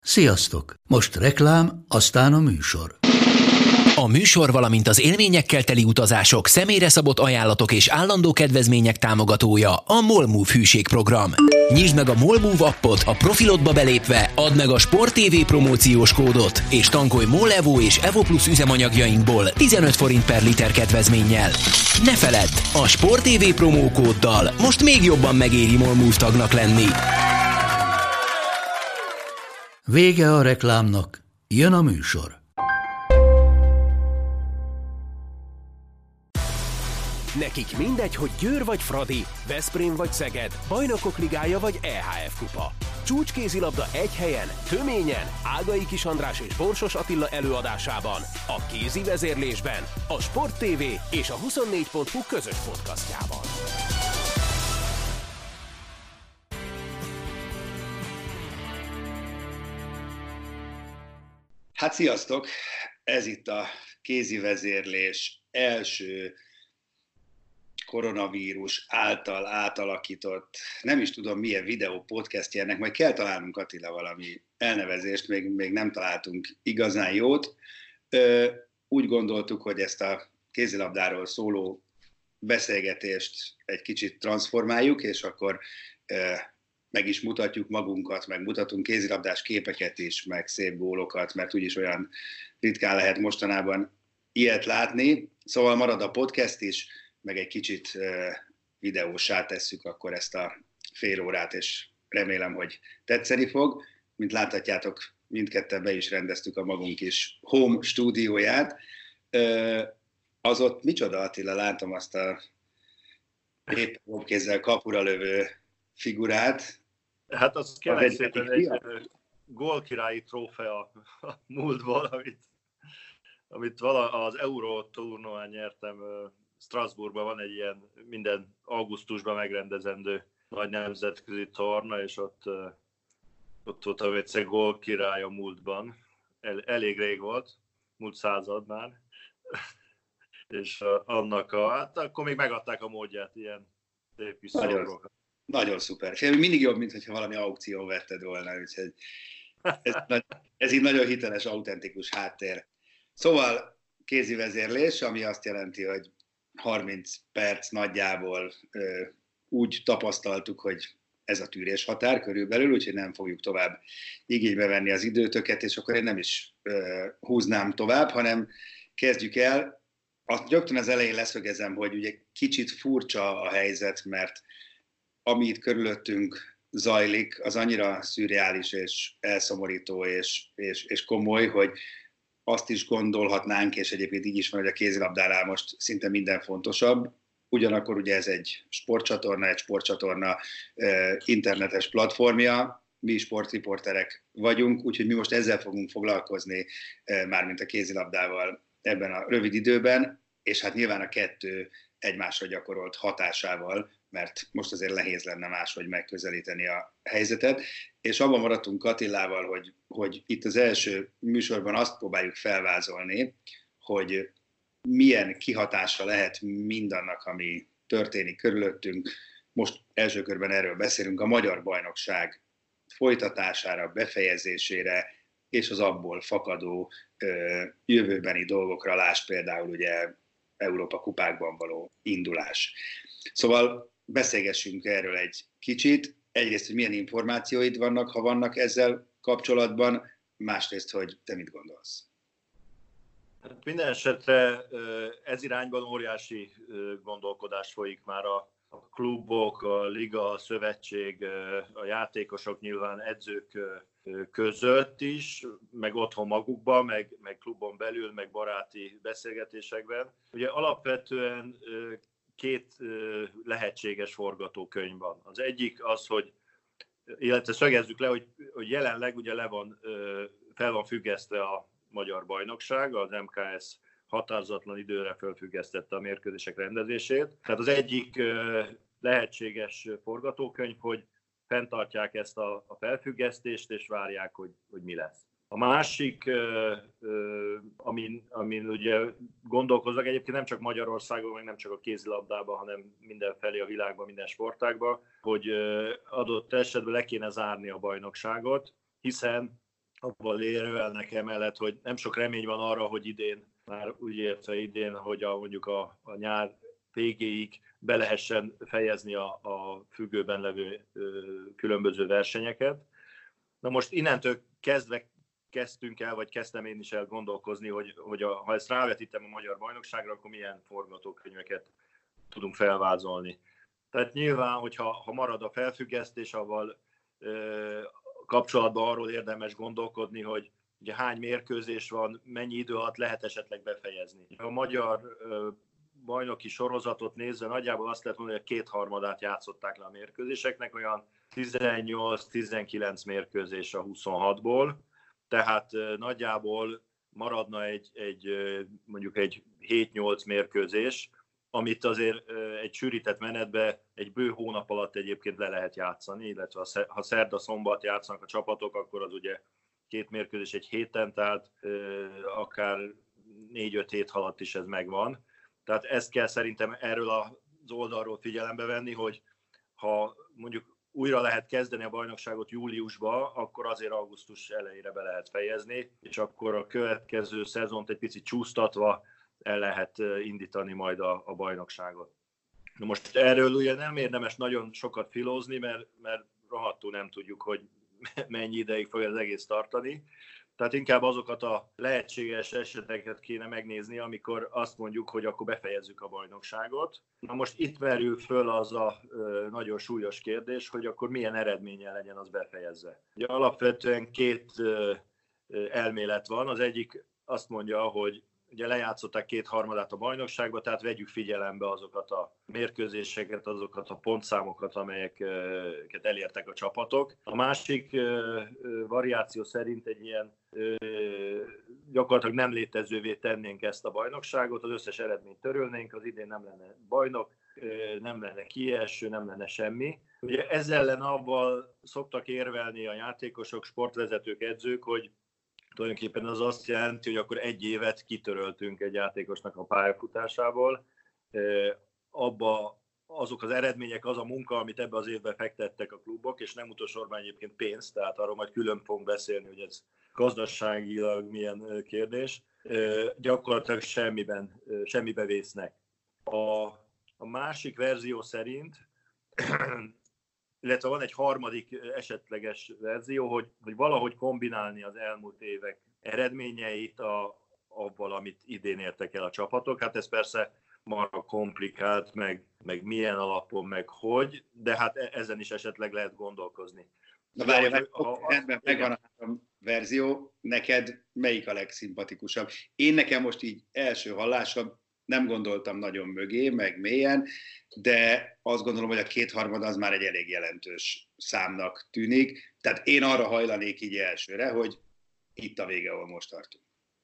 Sziasztok! Most reklám, aztán a műsor. A műsor, valamint az élményekkel teli utazások, személyre szabott ajánlatok és állandó kedvezmények támogatója a MOL Move hűségprogram. Nyisd meg a MOL Move appot, a profilodba belépve, add meg a Sport TV promóciós kódot, és tankolj MOL Evo és Evo Plus üzemanyagjainkból 15 forint per liter kedvezménnyel. Ne feledd, a Sport TV promókóddal most még jobban megéri MOL Move tagnak lenni. Vége a reklámnak, jön a műsor. Nekik mindegy, hogy Győr vagy Fradi, Veszprém vagy Szeged, Bajnokok Ligája vagy EHF Kupa. Csúcskézilabda egy helyen, töményen, Ágai Kis András és Borsos Attila előadásában, a kézi vezérlésben, a Sport TV és a 24.hu közös podcastjában. Hát sziasztok! Ez itt a kézi vezérlés első koronavírus által átalakított, nem is tudom milyen videó podcastja ennek, majd kell találnunk Attila valami elnevezést, még nem találtunk igazán jót. Úgy gondoltuk, hogy ezt a kézilabdáról szóló beszélgetést egy kicsit transformáljuk, és akkor meg is mutatjuk magunkat, meg mutatunk kézilabdás képeket is, meg szép gólokat, mert úgyis olyan ritkán lehet mostanában ilyet látni. Szóval marad a podcast is, meg egy kicsit videósá tesszük akkor ezt a fél órát, és remélem, hogy tetszeni fog. Mint láthatjátok, mindketten be is rendeztük a magunk kis home stúdióját. Az ott micsoda, Attila, látom azt a épp jobbkézzel kapura lövő figurát. Hát az kérlek szépen egy gólkirályi trófea a múltból, amit az Euró tornán nyertem. Strasbourgban van egy ilyen minden augusztusban megrendezendő nagy nemzetközi torna, és ott voltam egyszer gólkirály a múltban. Elég rég volt, múlt század már. És annak hát akkor még megadták a módját ilyen szép kis szorokat. Nagyon szuper. Mindig jobb, mintha valami aukción vetted volna, úgyhogy ez így nagyon hiteles, autentikus háttér. Szóval kézi vezérlés, ami azt jelenti, hogy 30 perc nagyjából úgy tapasztaltuk, hogy ez a tűrés határ körülbelül, úgyhogy nem fogjuk tovább igénybe venni az időtöket, és akkor én nem is húznám tovább, hanem kezdjük el. Azt rögtön az elején leszögezem, hogy ugye kicsit furcsa a helyzet, mert ami itt körülöttünk zajlik, az annyira szürreális és elszomorító és komoly, hogy azt is gondolhatnánk, és egyébként így is van, hogy a kézilabdánál most szinte minden fontosabb. Ugyanakkor ugye ez egy sportcsatorna internetes platformja, mi is sportriporterek vagyunk, úgyhogy mi most ezzel fogunk foglalkozni, mármint a kézilabdával ebben a rövid időben, és hát nyilván a kettő egymásra gyakorolt hatásával, mert most azért nehéz lenne máshogy megközelíteni a helyzetet, és abban maradtunk Attilával, hogy itt az első műsorban azt próbáljuk felvázolni, hogy milyen kihatása lehet mindannak, ami történik körülöttünk. Most első körben erről beszélünk, a magyar bajnokság folytatására, befejezésére, és az abból fakadó jövőbeni dolgokra, lásd például ugye Európa kupákban való indulás. Szóval beszélgessünk erről egy kicsit. Egyrészt, hogy milyen információid vannak, ha vannak ezzel kapcsolatban, másrészt, hogy te mit gondolsz. Hát minden esetre ez irányban óriási gondolkodás folyik már a klubok, a liga, a szövetség, a játékosok, nyilván edzők között is, meg otthon magukban, meg klubon belül, meg baráti beszélgetésekben. Ugye alapvetően két lehetséges forgatókönyv van. Az egyik az, hogy, illetve szögezzük le, hogy jelenleg ugye fel van függesztve a magyar bajnokság, az MKS határozatlan időre felfüggesztette a mérkőzések rendezését. Tehát az egyik lehetséges forgatókönyv, hogy fenntartják ezt a felfüggesztést, és várják, hogy mi lesz. A másik, amin ugye gondolkoznak, egyébként nem csak Magyarországon, meg nem csak a kézilabdában, hanem mindenfelé a világban, minden sportágban, hogy adott esetben le kéne zárni a bajnokságot, hiszen abban érvelnek emellett, hogy nem sok remény van arra, hogy idén, már úgy értve idén, hogy mondjuk a nyár végéig be lehessen fejezni a függőben levő különböző versenyeket. Na most innentől kezdtünk el, vagy kezdtem én is el gondolkozni, hogy ha ezt rávetítem a magyar bajnokságra, akkor milyen forgatókönyveket tudunk felvázolni. Tehát nyilván, hogyha marad a felfüggesztés, avval kapcsolatban arról érdemes gondolkodni, hogy ugye hány mérkőzés van, mennyi idő alatt lehet esetleg befejezni. A magyar bajnoki sorozatot nézve nagyjából azt lehet mondani, hogy a 2/3 játszották le a mérkőzéseknek, olyan 18-19 mérkőzés a 26-ból, tehát nagyjából maradna mondjuk egy 7-8 mérkőzés, amit azért egy sűrített menetbe egy bő hónap alatt egyébként le lehet játszani, illetve ha szerda-szombat játszanak a csapatok, akkor az ugye 2 mérkőzés egy héten, tehát akár 4-5 hét alatt is ez megvan. Tehát ezt kell szerintem erről az oldalról figyelembe venni, hogy ha mondjuk újra lehet kezdeni a bajnokságot júliusba, akkor azért augusztus elejére be lehet fejezni, és akkor a következő szezont egy picit csúsztatva el lehet indítani majd a bajnokságot. Na most erről ugye nem érdemes nagyon sokat filózni, mert rohadtul nem tudjuk, hogy mennyi ideig fog az egész tartani. Tehát inkább azokat a lehetséges eseteket kéne megnézni, amikor azt mondjuk, hogy akkor befejezzük a bajnokságot. Na most itt merül föl az a nagyon súlyos kérdés, hogy akkor milyen eredménnyel legyen az befejezve. Ugye alapvetően 2 elmélet van. Az egyik azt mondja, hogy ugye lejátszották 2/3 a bajnokságba, tehát vegyük figyelembe azokat a mérkőzéseket, azokat a pontszámokat, amelyeket elértek a csapatok. A másik variáció szerint egy ilyen gyakorlatilag nem létezővé tennénk ezt a bajnokságot, az összes eredményt törölnénk, az idén nem lenne bajnok, nem lenne kieső, nem lenne semmi. Ugye ezzel ellen abban szoktak érvelni a játékosok, sportvezetők, edzők, hogy tulajdonképpen az azt jelenti, hogy akkor 1 évet kitöröltünk egy játékosnak a pályafutásából. Abba azok az eredmények, az a munka, amit ebbe az évben fektettek a klubok, és nem utolsósorban egyébként pénz, tehát arról majd külön fogunk beszélni, hogy ez gazdaságilag milyen kérdés, gyakorlatilag semmibe vésznek. A másik verzió szerint, illetve van egy harmadik esetleges verzió, hogy valahogy kombinálni az elmúlt évek eredményeit avval, amit idén értek el a csapatok. Hát ez persze marha komplikált, meg milyen alapon, meg hogy, de hát ezen is esetleg lehet gondolkozni. Na várj, rendben megvan a 3 verzió, neked melyik a legszimpatikusabb? Én nekem most így első hallásra nem gondoltam nagyon mögé, meg mélyen, de azt gondolom, hogy a 2/3 az már egy elég jelentős számnak tűnik. Tehát én arra hajlanék így elsőre, hogy itt a vége, ahol most tartunk.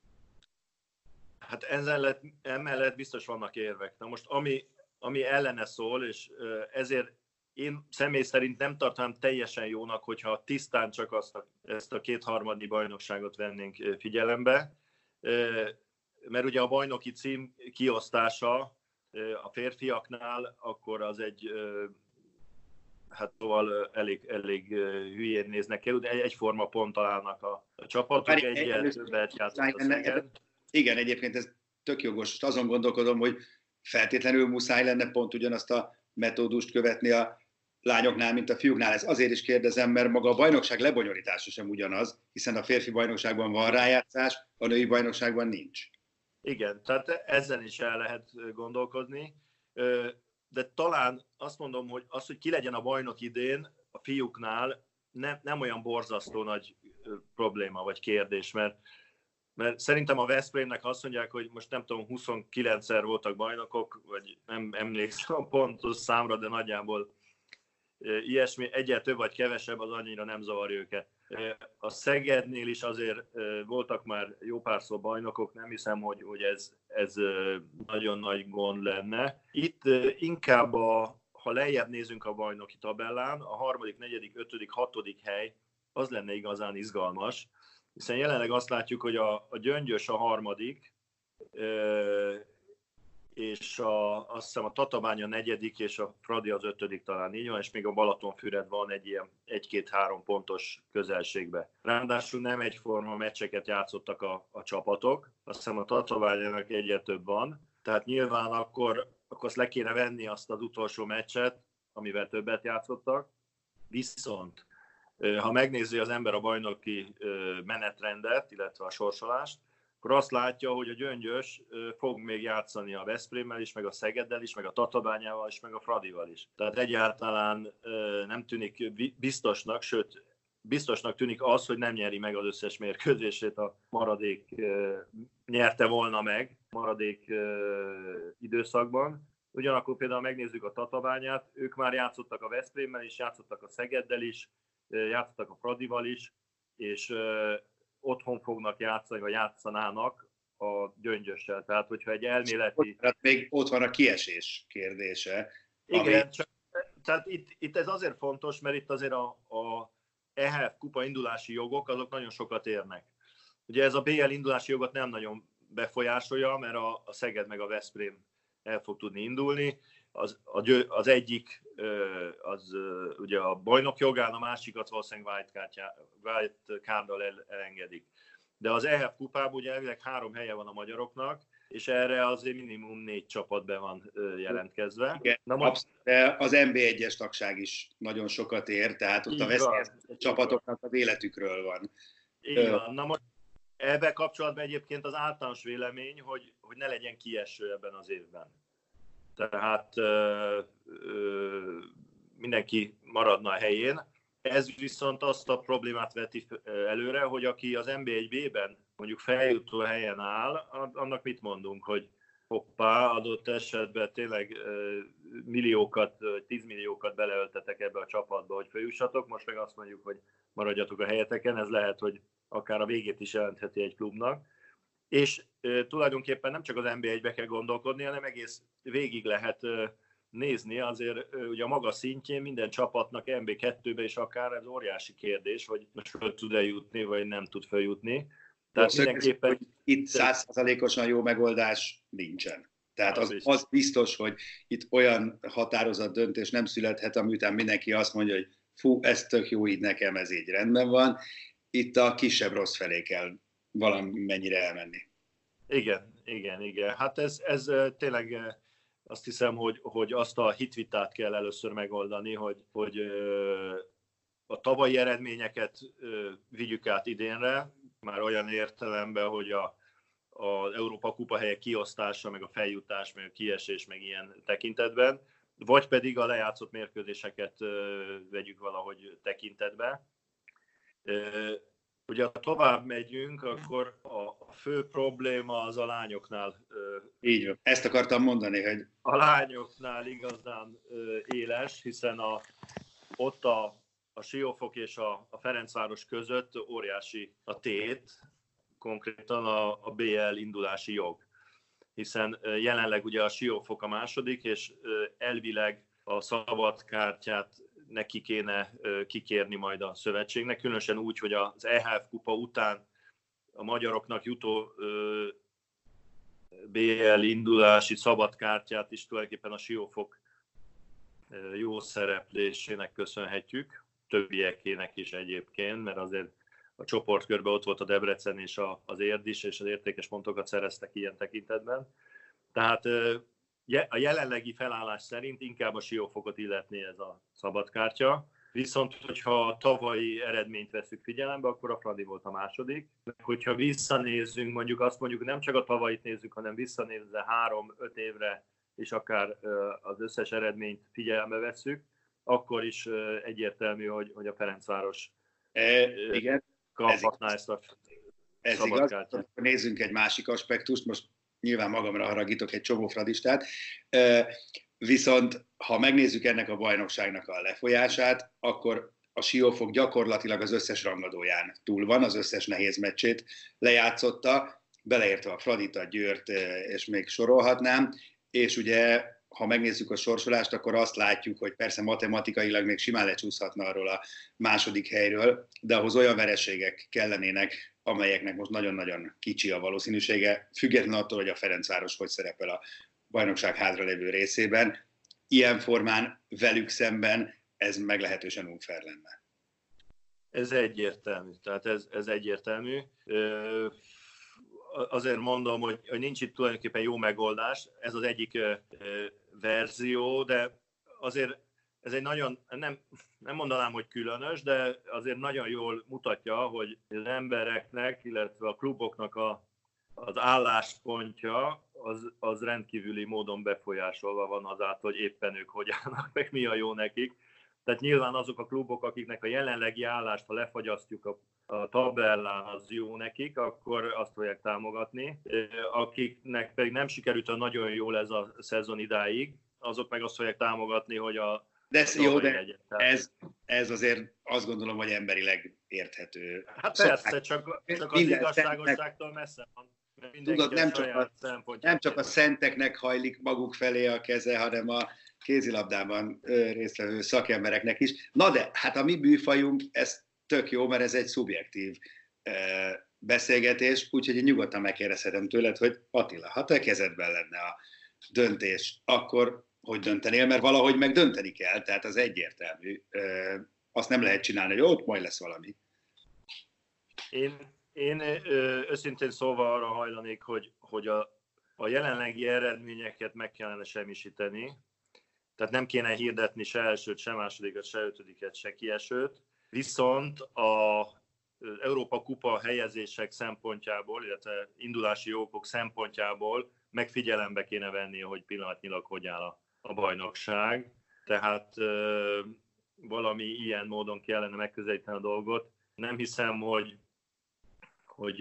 Hát emellett biztos vannak érvek. Na most ami ellene szól, és ezért én személy szerint nem tartanám teljesen jónak, hogyha tisztán csak ezt a 2/3 bajnokságot vennénk figyelembe, mert ugye a bajnoki cím kiosztása a férfiaknál akkor az egy, hát szóval elég hülyén néznek ki, de egyforma pont találnak a csapatok, egyel többet játszott a Szeged. Igen, egyébként ez tök jogos. Most azon gondolkodom, hogy feltétlenül muszáj lenne pont ugyanazt a metódust követni a lányoknál, mint a fiúknál. Ez azért is kérdezem, mert maga a bajnokság lebonyolítása sem ugyanaz, hiszen a férfi bajnokságban van rájátszás, a női bajnokságban nincs. Igen, tehát ezen is el lehet gondolkozni, de talán azt mondom, hogy az, hogy ki legyen a bajnok idén, a fiúknál nem olyan borzasztó nagy probléma vagy kérdés, mert szerintem a Veszprémnek azt mondják, hogy most nem tudom, 29-szer voltak bajnokok, vagy nem emlékszem a pontos számra, de nagyjából ilyesmi, egyel több vagy kevesebb, az annyira nem zavarja őket. A Szegednél is azért voltak már jó párszor bajnokok, nem hiszem, hogy ez nagyon nagy gond lenne. Itt inkább, ha lejjebb nézünk a bajnoki tabellán, a 3., 4., 5., 6. hely, az lenne igazán izgalmas, hiszen jelenleg azt látjuk, hogy a Gyöngyös a 3., és azt hiszem a Tatabánya 4. és a Fradi az 5. talán így van, és még a Balatonfüred van egy ilyen 1-2-3 pontos közelségbe. Ráadásul nem egyforma meccseket játszottak a csapatok, azt hiszem a Tatabányának egyre több van, tehát nyilván akkor azt le kéne venni azt az utolsó meccset, amivel többet játszottak, viszont ha megnézi az ember a bajnoki menetrendet, illetve a sorsolást, akkor azt látja, hogy a Gyöngyös fog még játszani a Veszprémmel is, meg a Szegeddel is, meg a Tatabányával is, meg a Fradival is. Tehát egyáltalán nem tűnik biztosnak, sőt, biztosnak tűnik az, hogy nem nyeri meg az összes mérkőzését a maradék, nyerte volna meg maradék időszakban. Ugyanakkor például megnézzük a Tatabányát, ők már játszottak a Veszprémmel is, játszottak a Szegeddel is, játszottak a Fradival is, és otthon fognak játszani, vagy játszanának a Gyöngyössel. Tehát, hogyha egy elméleti... Tehát még ott van a kiesés kérdése. Igen, tehát itt ez azért fontos, mert itt azért a EHF kupa indulási jogok, azok nagyon sokat érnek. Ugye ez a BL indulási jogot nem nagyon befolyásolja, mert a Szeged meg a Veszprém el fog tudni indulni. Az egyik az ugye a bajnok jogán, a másikat valószínűleg wildcarddal elengedik. De az EHF kupában ugye elvileg 3 helye van a magyaroknak, és erre azért minimum 4 csapat be van jelentkezve. Igen, de az NB1-es tagság is nagyon sokat ér, tehát ott a veszélyes csapatoknak az életükről van. Így van. Na most ebben kapcsolatban egyébként az általános vélemény, hogy ne legyen kieső ebben az évben. Tehát mindenki maradna a helyén. Ez viszont azt a problémát veti előre, hogy aki az NB1B-ben mondjuk feljutó helyen áll, annak mit mondunk, hogy hoppá, adott esetben tényleg milliókat, 10 milliókat beleöltetek ebbe a csapatba, hogy feljussatok, most meg azt mondjuk, hogy maradjatok a helyeteken, ez lehet, hogy akár a végét is jelentheti egy klubnak. És tulajdonképpen nem csak az NB1-be kell gondolkodni, hanem egész végig lehet nézni, azért ugye a maga szintjén minden csapatnak NB2-be is akár ez óriási kérdés, hogy most föl tud-e jutni, vagy nem tud följutni. Tehát mindenképpen... Itt 100%-osan jó megoldás nincsen. Tehát az biztos, hogy itt olyan határozott döntés nem születhet, ami után mindenki azt mondja, hogy fú, ez tök jó, így nekem ez így rendben van. Itt a kisebb rossz felé kell valamennyire elmenni. Igen. Hát ez tényleg azt hiszem, hogy azt a hitvitát kell először megoldani, hogy a tavalyi eredményeket vigyük át idénre, már olyan értelemben, hogy az Európa kupa helyek kiosztása, meg a feljutás, meg a kiesés, meg ilyen tekintetben, vagy pedig a lejátszott mérkőzéseket vegyük valahogy tekintetbe. Ugye, ha tovább megyünk, akkor a fő probléma az a lányoknál. Így van. Ezt akartam mondani, hogy... A lányoknál igazán éles, hiszen ott a Siófok és a Ferencváros között óriási a tét, konkrétan a BL indulási jog. Hiszen jelenleg ugye a Siófok a második, és elvileg a szabad kártyát neki kéne kikérni majd a szövetségnek, különösen úgy, hogy az EHF kupa után a magyaroknak jutó BL indulási szabadkártyát is tulajdonképpen a Siófok jó szereplésének köszönhetjük, többiekének is egyébként, mert azért a csoportkörben ott volt a Debrecen és az Érd is, és az értékes pontokat szereztek ilyen tekintetben. Tehát a jelenlegi felállás szerint inkább a Siófokot illetné ez a szabadkártya, viszont hogyha a tavalyi eredményt veszük figyelembe, akkor a Fradi volt a második. Hogyha visszanézzünk, mondjuk azt mondjuk, nem csak a tavalyit nézzük, hanem visszanézve 3-5 évre, és akár az összes eredményt figyelembe vesszük, akkor is egyértelmű, hogy a Ferencváros igen, kaphatná ezt a szabadkártyát. Igaz. Nézzünk egy másik aspektust, most nyilván magamra haragítok egy csomó fradistát, viszont ha megnézzük ennek a bajnokságnak a lefolyását, akkor a Siófok gyakorlatilag az összes rangadóján túl van, az összes nehéz meccsét lejátszotta, beleértve a Fradit, a Győrt, és még sorolhatnám, és ugye ha megnézzük a sorsolást, akkor azt látjuk, hogy persze matematikailag még simán lecsúszhatna arról a második helyről, de ahhoz olyan vereségek kellenének, amelyeknek most nagyon-nagyon kicsi a valószínűsége, függetlenül attól, hogy a Ferencváros hogy szerepel a bajnokság hátralévő részében. Ilyen formán velük szemben ez meglehetősen unfair lenne. Ez egyértelmű. Tehát ez egyértelmű. Azért mondom, hogy nincs itt tulajdonképpen jó megoldás. Ez az egyik verzió, de azért ez egy nagyon, nem mondanám, hogy különös, de azért nagyon jól mutatja, hogy az embereknek, illetve a kluboknak az álláspontja az rendkívüli módon befolyásolva van azáltal, hogy éppen ők hogy állnak, meg mi a jó nekik. Tehát nyilván azok a klubok, akiknek a jelenlegi állást, ha lefagyasztjuk a tabellán, az jó nekik, akkor azt fogják támogatni. Akiknek pedig nem sikerült a nagyon jól ez a szezon idáig, azok meg azt fogják támogatni, hogy ez azért azt gondolom, hogy emberileg érthető. Hát persze, csak az igazságosságtól messze van. Tudod, nem csak a szenteknek hajlik maguk felé a keze, hanem a kézilabdában résztvevő szakembereknek is. Na de, hát a mi műfajunk, ez tök jó, mert ez egy szubjektív beszélgetés, úgyhogy nyugodtan megkérdezhetem tőled, hogy Attila, ha te kezedben lenne a döntés, akkor hogy döntenél, mert valahogy meg dönteni kell, tehát az egyértelmű. Azt nem lehet csinálni, hogy ott majd lesz valami. Én őszintén szólva arra hajlanék, hogy a jelenlegi eredményeket meg kellene semmisíteni, tehát nem kéne hirdetni se elsőt, se másodikat, se ötödiket, se kiesőt, viszont az Európa Kupa helyezések szempontjából, illetve indulási jókok szempontjából megfigyelembe kéne venni, hogy pillanatnyilag hogy áll a bajnokság. Tehát valami ilyen módon kellene megközelíteni a dolgot. Nem hiszem, hogy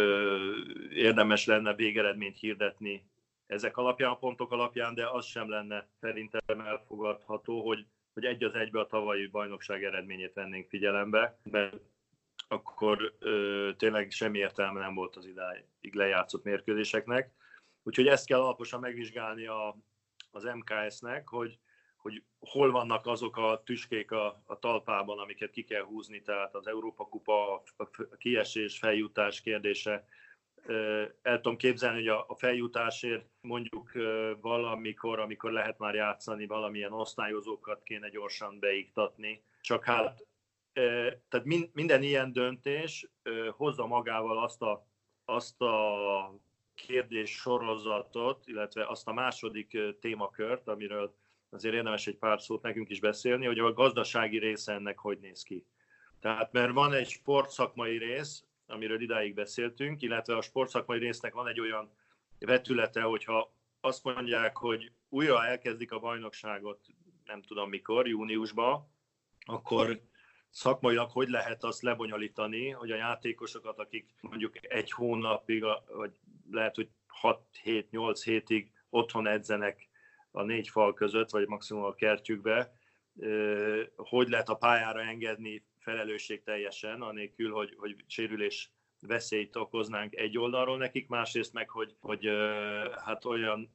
érdemes lenne végeredményt hirdetni ezek alapján, a pontok alapján, de az sem lenne szerintem elfogadható, hogy egy az egybe a tavalyi bajnokság eredményét vennénk figyelembe, mert akkor tényleg semmi értelme nem volt az idáig lejátszott mérkőzéseknek. Úgyhogy ezt kell alaposan megvizsgálni az MKS-nek, hogy hol vannak azok a tüskék a talpában, amiket ki kell húzni, tehát az Európa Kupa, a kiesés, feljutás kérdése. El tudom képzelni, hogy a feljutásért mondjuk valamikor, amikor lehet már játszani, valamilyen osztályozókat kéne gyorsan beiktatni. Csak hát tehát minden ilyen döntés hozza magával azt a kérdés sorozatot, illetve azt a második témakört, amiről azért érdemes egy pár szót nekünk is beszélni, hogy a gazdasági része ennek hogy néz ki. Tehát mert van egy sportszakmai rész, amiről idáig beszéltünk, illetve a sportszakmai résznek van egy olyan vetülete, hogyha azt mondják, hogy újra elkezdik a bajnokságot, nem tudom mikor, júniusban, akkor szakmailag hogy lehet azt lebonyolítani, hogy a játékosokat, akik mondjuk egy hónapig, vagy lehet, hogy 6-7-8 hétig otthon edzenek a 4 fal között, vagy maximum a kertjükbe, hogy lehet a pályára engedni felelősségteljesen, anélkül, hogy sérülés veszélyt okoznánk egy oldalról nekik, másrészt meg, hogy hát olyan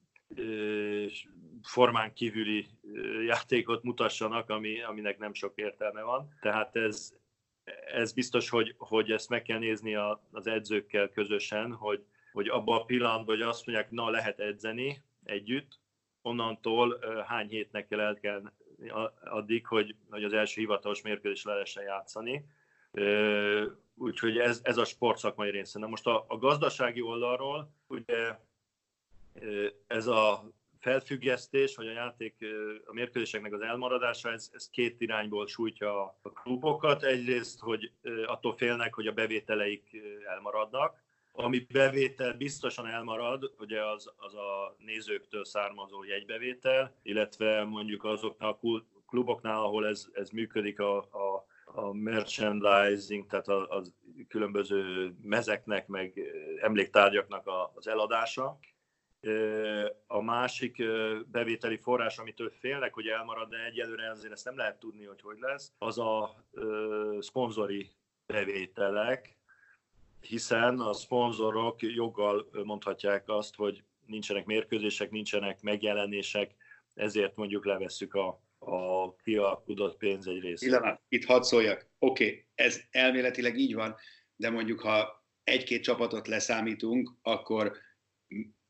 formán kívüli játékot mutassanak, aminek nem sok értelme van. Tehát ez biztos, hogy ezt meg kell nézni az edzőkkel közösen, hogy abban a pillanatban, hogy azt mondják, na lehet edzeni együtt, onnantól hány hétnek kell elkelni addig, hogy az első hivatalos mérkőzés le lehessen játszani. Úgyhogy ez a sportszakmai része. Na most a gazdasági oldalról, ugye ez a felfüggesztés, vagy a mérkőzéseknek az elmaradása, ez két irányból sújtja a klubokat. Egyrészt, hogy attól félnek, hogy a bevételeik elmaradnak. Ami bevétel biztosan elmarad, ugye az a nézőktől származó jegybevétel, illetve mondjuk azoknál a kluboknál, ahol ez működik, a merchandising, tehát a különböző mezeknek, meg emléktárgyaknak az eladása. A másik bevételi forrás, amitől félnek, hogy elmarad, de egyelőre azért ezt nem lehet tudni, hogy lesz, az a szponzori bevételek, hiszen a szponzorok joggal mondhatják azt, hogy nincsenek mérkőzések, nincsenek megjelenések, ezért mondjuk levesszük a kialkudott pénz egy részét. Itt hadd szóljak. Oké, ez elméletileg így van, de mondjuk ha egy-két csapatot leszámítunk, akkor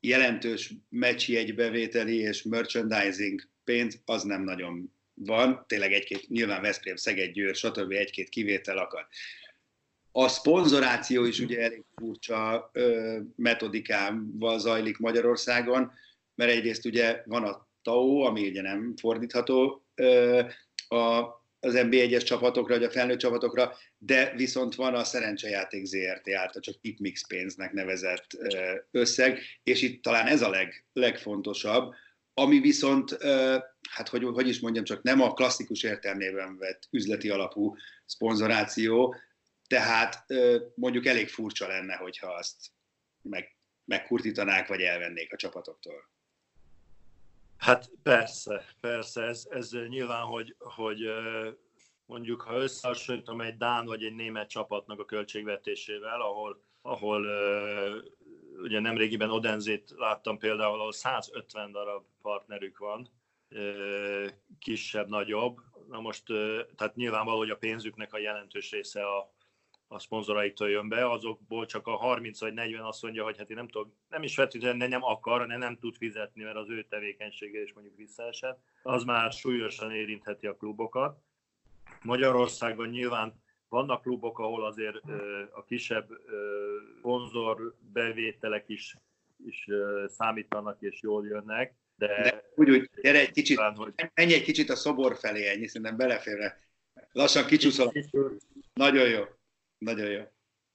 jelentős meccsjegybevételi és merchandising pénz az nem nagyon van, tényleg nyilván Veszprém, Szeged, Győr, stb. Egy-két kivétel akad. A szponzoráció is ugye elég furcsa metodikával zajlik Magyarországon, mert egyrészt ugye van a TAO, ami ugye nem fordítható az NB1-es csapatokra, vagy a felnőtt csapatokra, de viszont van a Szerencsejáték ZRT által csak tipmix pénznek nevezett összeg, és itt talán ez a legfontosabb, ami viszont, hát hogy is mondjam, csak nem a klasszikus értelmében vett üzleti alapú szponzoráció, tehát mondjuk elég furcsa lenne, hogyha azt megkurtítanák, vagy elvennék a csapatoktól. Hát persze, ez nyilván, hogy mondjuk, ha összehasonlítom egy dán vagy egy német csapatnak a költségvetésével, ahol ugye nemrégiben Odenzét láttam például, ahol 150 darab partnerük van, kisebb, nagyobb. Na most, tehát nyilvánvaló, hogy a pénzüknek a jelentős része a szponzoraiktól jön be, azokból csak a 30 vagy 40 azt mondja, hogy hát én nem tudom, nem is feltétlenül nem akar, hanem nem tud fizetni, mert az ő tevékenysége is mondjuk visszaesett. Az már súlyosan érintheti a klubokat. Magyarországon nyilván vannak klubok, ahol azért a kisebb szponzor bevételek is számítanak és jól jönnek. De úgy, gyere egy kicsit, menj egy kicsit a szobor felé, ennyi, szerintem beleférne. Lassan kicsúszol. Nagyon jó. Nagyon jó.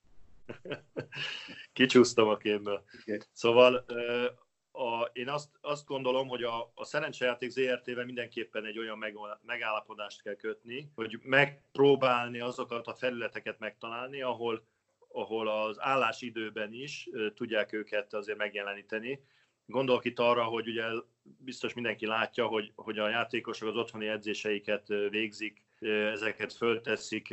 Kicsúsztam a képből. Okay. Szóval én azt gondolom, hogy a Szerencsejáték ZRT-vel mindenképpen egy olyan megállapodást kell kötni, hogy megpróbálni azokat a felületeket megtalálni, ahol az állásidőben is tudják őket azért megjeleníteni. Gondolok itt arra, hogy ugye biztos mindenki látja, hogy a játékosok az otthoni edzéseiket végzik, ezeket fölteszik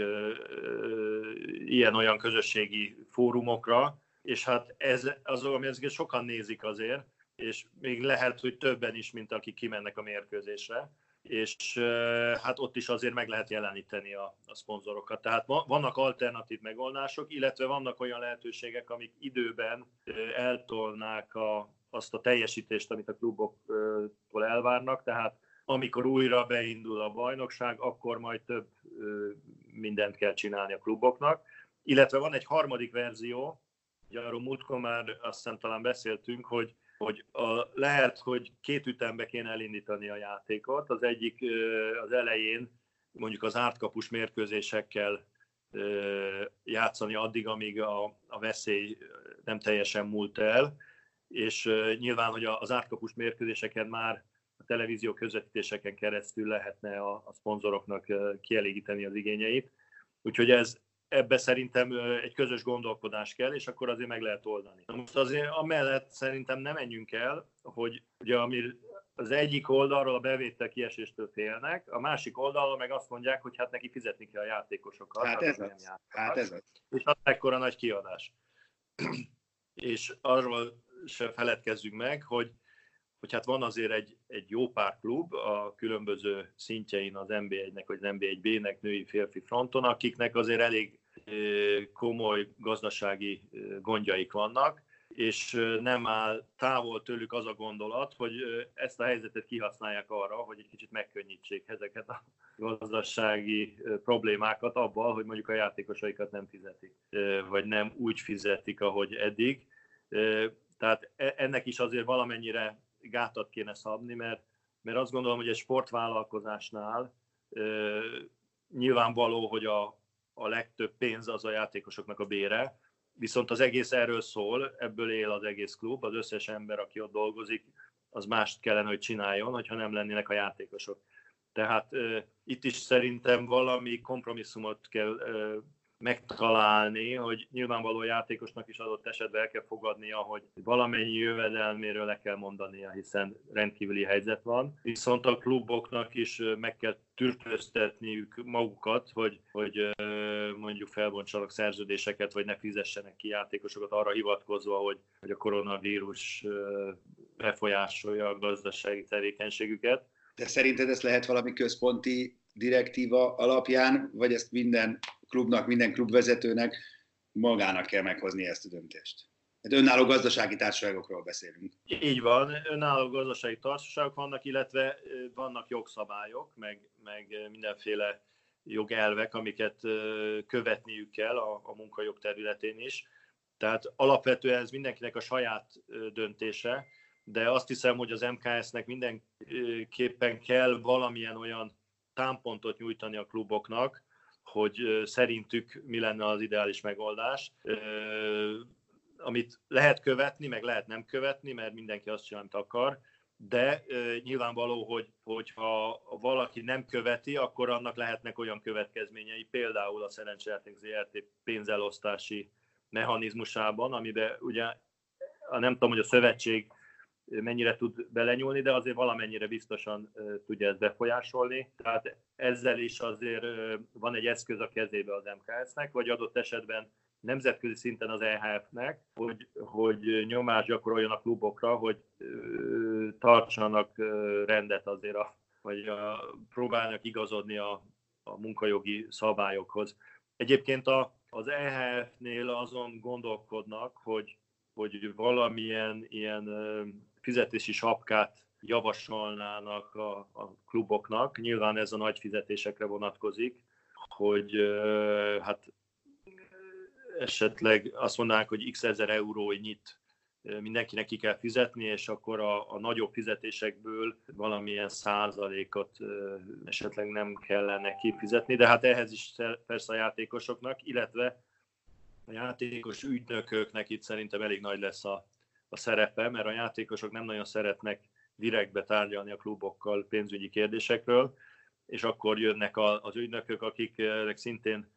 ilyen-olyan közösségi fórumokra, és hát ez az, ami ezeket sokan nézik azért, és még lehet, hogy többen is, mint akik kimennek a mérkőzésre, és hát ott is azért meg lehet jeleníteni a szponzorokat. Tehát vannak alternatív megoldások, illetve vannak olyan lehetőségek, amik időben eltolnák azt a teljesítést, amit a kluboktól elvárnak, tehát amikor újra beindul a bajnokság, akkor majd több mindent kell csinálni a kluboknak. Illetve van egy harmadik verzió, ugye arról múltkor már azt hiszem talán beszéltünk, hogy lehet, hogy két ütembe kéne elindítani a játékot. Az egyik az elején mondjuk az ártkapus mérkőzésekkel játszani addig, amíg a veszély nem teljesen múlt el, és nyilván, hogy az ártkapus mérkőzéseken már a televízió közvetítéseken keresztül lehetne a szponzoroknak kielégíteni az igényeit. Úgyhogy ebbe szerintem egy közös gondolkodás kell, és akkor azért meg lehet oldani. Na most azért amellett szerintem nem menjünk el, hogy ugye az egyik oldalról a bevétel kieséstől félnek, a másik oldalról meg azt mondják, hogy hát neki fizetni kell a játékosokat. Hát ez az. És az ekkora nagy kiadás. És arról se feledkezzünk meg, hogy hát van azért egy jó pár klub a különböző szintjein az NB1-nek vagy az NB1B-nek női-férfi fronton, akiknek azért elég komoly gazdasági gondjaik vannak, és nem áll távol tőlük az a gondolat, hogy ezt a helyzetet kihasználják arra, hogy egy kicsit megkönnyítsék ezeket a gazdasági problémákat abban, hogy mondjuk a játékosaikat nem fizetik, vagy nem úgy fizetik, ahogy eddig. Tehát ennek is azért valamennyire gátat kéne szabni, mert azt gondolom, hogy egy sportvállalkozásnál nyilvánvaló, hogy a legtöbb pénz az a játékosoknak a bére, viszont az egész erről szól, ebből él az egész klub, az összes ember, aki ott dolgozik, az mást kellene, hogy csináljon, hogyha nem lennének a játékosok. Tehát itt is szerintem valami kompromisszumot kell megtalálni, hogy nyilvánvaló játékosnak is adott esetben el kell fogadnia, hogy valamennyi jövedelméről le kell mondania, hiszen rendkívüli helyzet van. Viszont a kluboknak is meg kell tűrtöztetniük magukat, hogy mondjuk felbontsanak szerződéseket, vagy ne fizessenek ki játékosokat arra hivatkozva, hogy a koronavírus befolyásolja a gazdasági tevékenységüket. De szerinted ez lehet valami központi direktíva alapján, vagy ezt minden klubnak, minden klubvezetőnek magának kell meghozni ezt a döntést? önálló gazdasági társaságokról beszélünk. Így van, önálló gazdasági társaságok vannak, illetve vannak jogszabályok, meg mindenféle jogelvek, amiket követniük kell a munkajog területén is. Tehát alapvetően ez mindenkinek a saját döntése, de azt hiszem, hogy az MKS-nek mindenképpen kell valamilyen olyan támpontot nyújtani a kluboknak, hogy szerintük mi lenne az ideális megoldás, amit lehet követni, meg lehet nem követni, mert mindenki azt csinál, amit akar, de nyilvánvaló, hogy ha valaki nem követi, akkor annak lehetnek olyan következményei, például a Szerencsejáték Zrt. Pénzelosztási mechanizmusában, amiben ugye nem tudom, hogy a szövetség mennyire tud belenyúlni, de azért valamennyire biztosan tudja ezt befolyásolni. Tehát ezzel is azért van egy eszköz a kezébe az MKS-nek, vagy adott esetben nemzetközi szinten az EHF-nek, hogy nyomást gyakoroljon a klubokra, hogy tartsanak rendet azért, vagy próbálnak igazodni a munkajogi szabályokhoz. Egyébként az EHF-nél azon gondolkodnak, hogy valamilyen ilyen fizetési sapkát javasolnának a kluboknak. Nyilván ez a nagy fizetésekre vonatkozik, hogy hát esetleg azt mondanák, hogy x ezer eurónyit mindenkinek ki kell fizetni, és akkor a nagyobb fizetésekből valamilyen százalékot esetleg nem kellene kifizetni, de hát ehhez is persze a játékosoknak, illetve a játékos ügynököknek itt szerintem elég nagy lesz a szerepe, mert a játékosok nem nagyon szeretnek direktbe tárgyalni a klubokkal pénzügyi kérdésekről, és akkor jönnek az ügynökök, akiknek szintén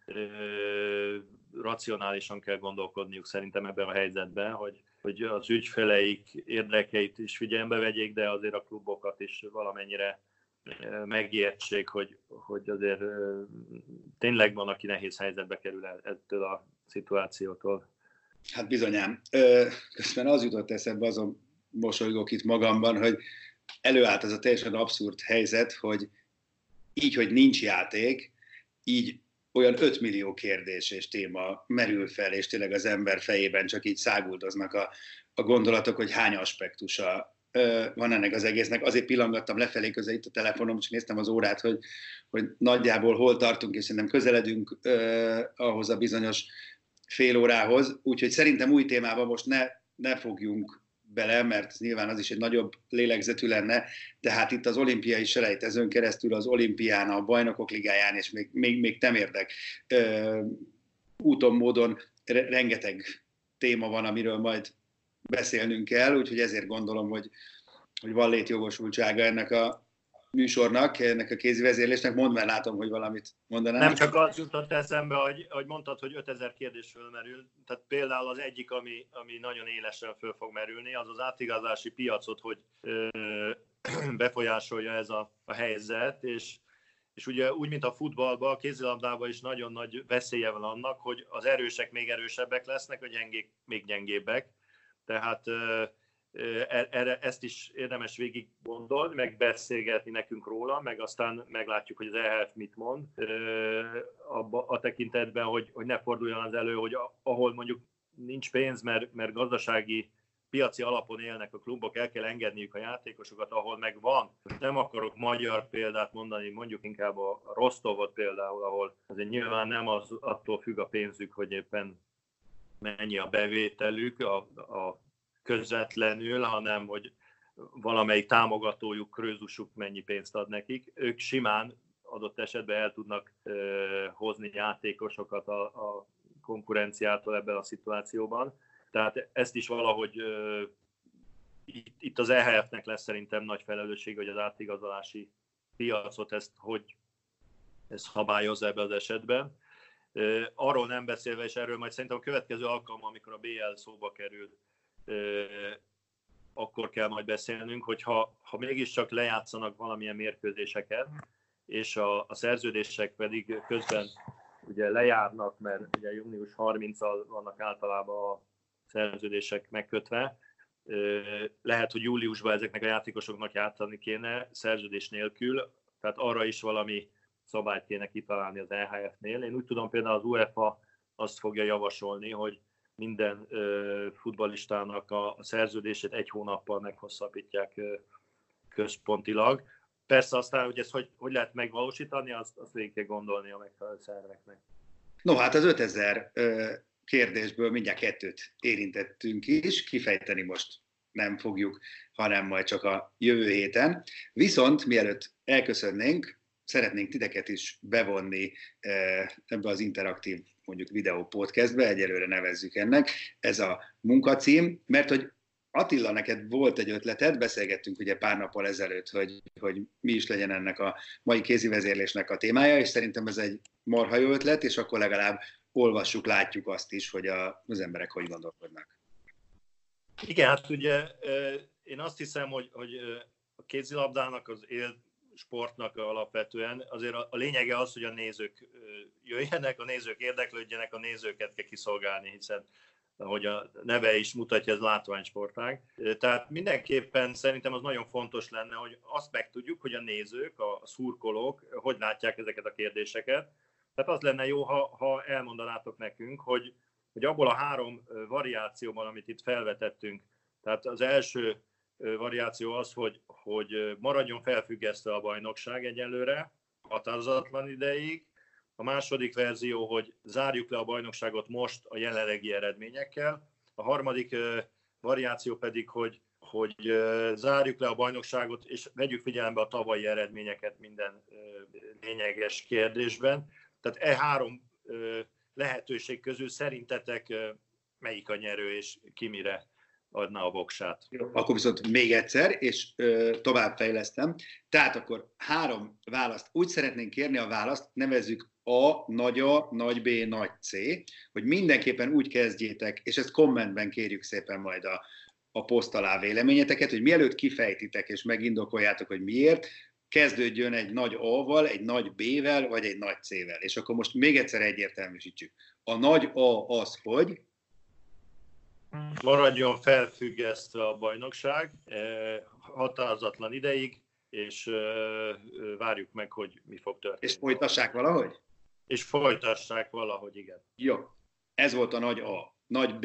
racionálisan kell gondolkodniuk szerintem ebben a helyzetben, hogy az ügyfeleik érdekeit is figyelembe vegyék, de azért a klubokat is valamennyire megértsék, hogy azért tényleg van, aki nehéz helyzetbe kerül ettől a szituációtól. Hát bizonyám. Közben az jutott eszembe, azon mosolygok itt magamban, hogy előállt az a teljesen abszurd helyzet, hogy így, hogy nincs játék, így olyan 5 millió kérdés és téma merül fel, és tényleg az ember fejében csak így száguldoznak a gondolatok, hogy hány aspektusa van ennek az egésznek. Azért pillangattam lefelé közel itt a telefonom, csak néztem az órát, hogy nagyjából hol tartunk, és szerintem közeledünk ahhoz a bizonyos fél órához. Úgyhogy szerintem új témában most ne fogjunk bele, mert nyilván az is egy nagyobb lélegzetű lenne, de hát itt az olimpiai selejtezőn keresztül az olimpián, a bajnokok ligáján, és még temérdek úton, módon rengeteg téma van, amiről majd beszélnünk kell, úgyhogy ezért gondolom, hogy van létjogosultsága ennek a műsornak, ennek a kézivezérlésnek. Mondd, mert látom, hogy valamit mondanám. Nem csak az jutott eszembe, hogy mondtad, hogy 5000 kérdés fölmerül. Tehát például az egyik, ami nagyon élesen föl fog merülni, az az átigazási piacot, hogy befolyásolja ez a helyzet, és ugye úgy, mint a futballban, a kézilabdában is nagyon nagy veszélye van annak, hogy az erősek még erősebbek lesznek, a gyengék még gyengébbek. Tehát ezt is érdemes végig gondolni, meg beszélgetni nekünk róla, meg aztán meglátjuk, hogy az EHF mit mond a tekintetben, hogy ne forduljon az elő, hogy ahol mondjuk nincs pénz, mert gazdasági piaci alapon élnek a klubok, el kell engedniük a játékosokat, ahol meg van. Nem akarok magyar példát mondani, mondjuk inkább a Rostovot például, ahol azért nyilván nem az attól függ a pénzük, hogy éppen mennyi a bevételük a közvetlenül, hanem hogy valamelyik támogatójuk, krőzusuk mennyi pénzt ad nekik. Ők simán adott esetben el tudnak hozni játékosokat a konkurenciától ebben a szituációban. Tehát ezt is valahogy itt az EHF-nek lesz szerintem nagy felelősség, hogy az átigazolási piacot ezt szabályozza ebben az esetben. Arról nem beszélve, és erről majd szerintem a következő alkalom, amikor a BL szóba kerül, akkor kell majd beszélnünk, hogy ha mégiscsak lejátszanak valamilyen mérkőzéseket, és a szerződések pedig közben ugye lejárnak, mert ugye június 30-al vannak általában a szerződések megkötve, lehet, hogy júliusban ezeknek a játékosoknak játszani kéne szerződés nélkül, tehát arra is valami szabályt kéne kitalálni az EHF-nél. Én úgy tudom, például az UEFA azt fogja javasolni, hogy minden futballistának a szerződését 1 hónappal meghosszabbítják központilag. Persze aztán, hogy ezt hogy lehet megvalósítani, azt végig kell gondolni a megfelelő szerveknek. No, hát az 5000 kérdésből mindjárt 2 érintettünk is, kifejteni most nem fogjuk, hanem majd csak a jövő héten. Viszont mielőtt elköszönnénk, szeretnénk titeket is bevonni ebbe az interaktív, mondjuk videó podcastbe, egyelőre nevezzük ennek, ez a munkacím, mert hogy Attila, neked volt egy ötleted, beszélgettünk ugye pár nappal ezelőtt, hogy mi is legyen ennek a mai kézi vezérlésnek a témája, és szerintem ez egy marha jó ötlet, és akkor legalább olvassuk, látjuk azt is, hogy az emberek hogy gondolkodnak. Igen, hát ugye én azt hiszem, hogy a kézilabdának, az élsportnak alapvetően azért a lényege az, hogy a nézők jöjjenek, a nézők érdeklődjenek, a nézőket kell kiszolgálni, hiszen ahogy a neve is mutatja, ez látványsportág. Tehát mindenképpen szerintem az nagyon fontos lenne, hogy azt megtudjuk, hogy a nézők, a szurkolók hogy látják ezeket a kérdéseket. Tehát az lenne jó, ha elmondanátok nekünk, hogy abból a 3 variációban, amit itt felvetettünk, tehát az első variáció az, hogy maradjon felfüggesztve a bajnokság egyelőre, határozatlan ideig. A második verzió, hogy zárjuk le a bajnokságot most a jelenlegi eredményekkel. A harmadik variáció pedig, hogy zárjuk le a bajnokságot, és vegyük figyelembe a tavalyi eredményeket minden lényeges kérdésben. Tehát 3 lehetőség közül szerintetek melyik a nyerő, és ki mire adná a voksát? Jó, akkor viszont még egyszer, és továbbfejlesztem. Tehát akkor 3 választ. Úgy szeretnénk kérni a választ, nevezzük A, nagy A, nagy B, nagy C, hogy mindenképpen úgy kezdjétek, és ezt kommentben kérjük szépen majd a poszt alá véleményeteket, hogy mielőtt kifejtitek és megindokoljátok, hogy miért, kezdődjön egy nagy A-val, egy nagy B-vel, vagy egy nagy C-vel. És akkor most még egyszer egyértelműsítsük. A nagy A az, hogy maradjon felfüggesztve a bajnokság határozatlan ideig, és várjuk meg, hogy mi fog történni. És folytassák valahogy? És folytassák valahogy, igen. Jó. Ez volt a nagy A. Nagy B.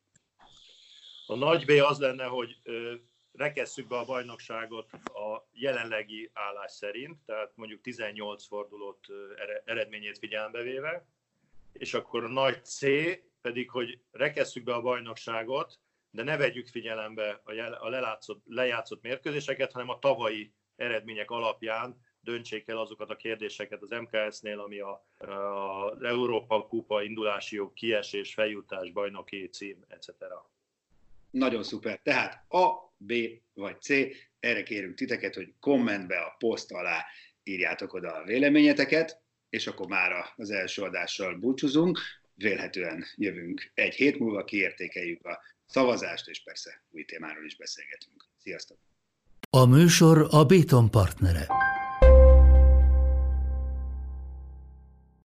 A nagy B az lenne, hogy rekesszük be a bajnokságot a jelenlegi állás szerint, tehát mondjuk 18 fordulót eredményét figyelembe véve, és akkor a nagy C pedig, hogy rekesszük be a bajnokságot, de ne vegyük figyelembe a lejátszott mérkőzéseket, hanem a tavalyi eredmények alapján döntsék el azokat a kérdéseket az MKS-nél, ami az Európa Kupa indulási jog, kiesés, feljutás, bajnoki cím, etc. Nagyon szuper. Tehát A, B vagy C, erre kérünk titeket, hogy kommentbe a poszt alá írjátok oda a véleményeteket, és akkor már az első adással búcsúzunk. Vélhetően jövünk 1 hét múlva, kiértékeljük a szavazást, és persze új témáról is beszélgetünk. Sziasztok! A műsor a Béton partnere.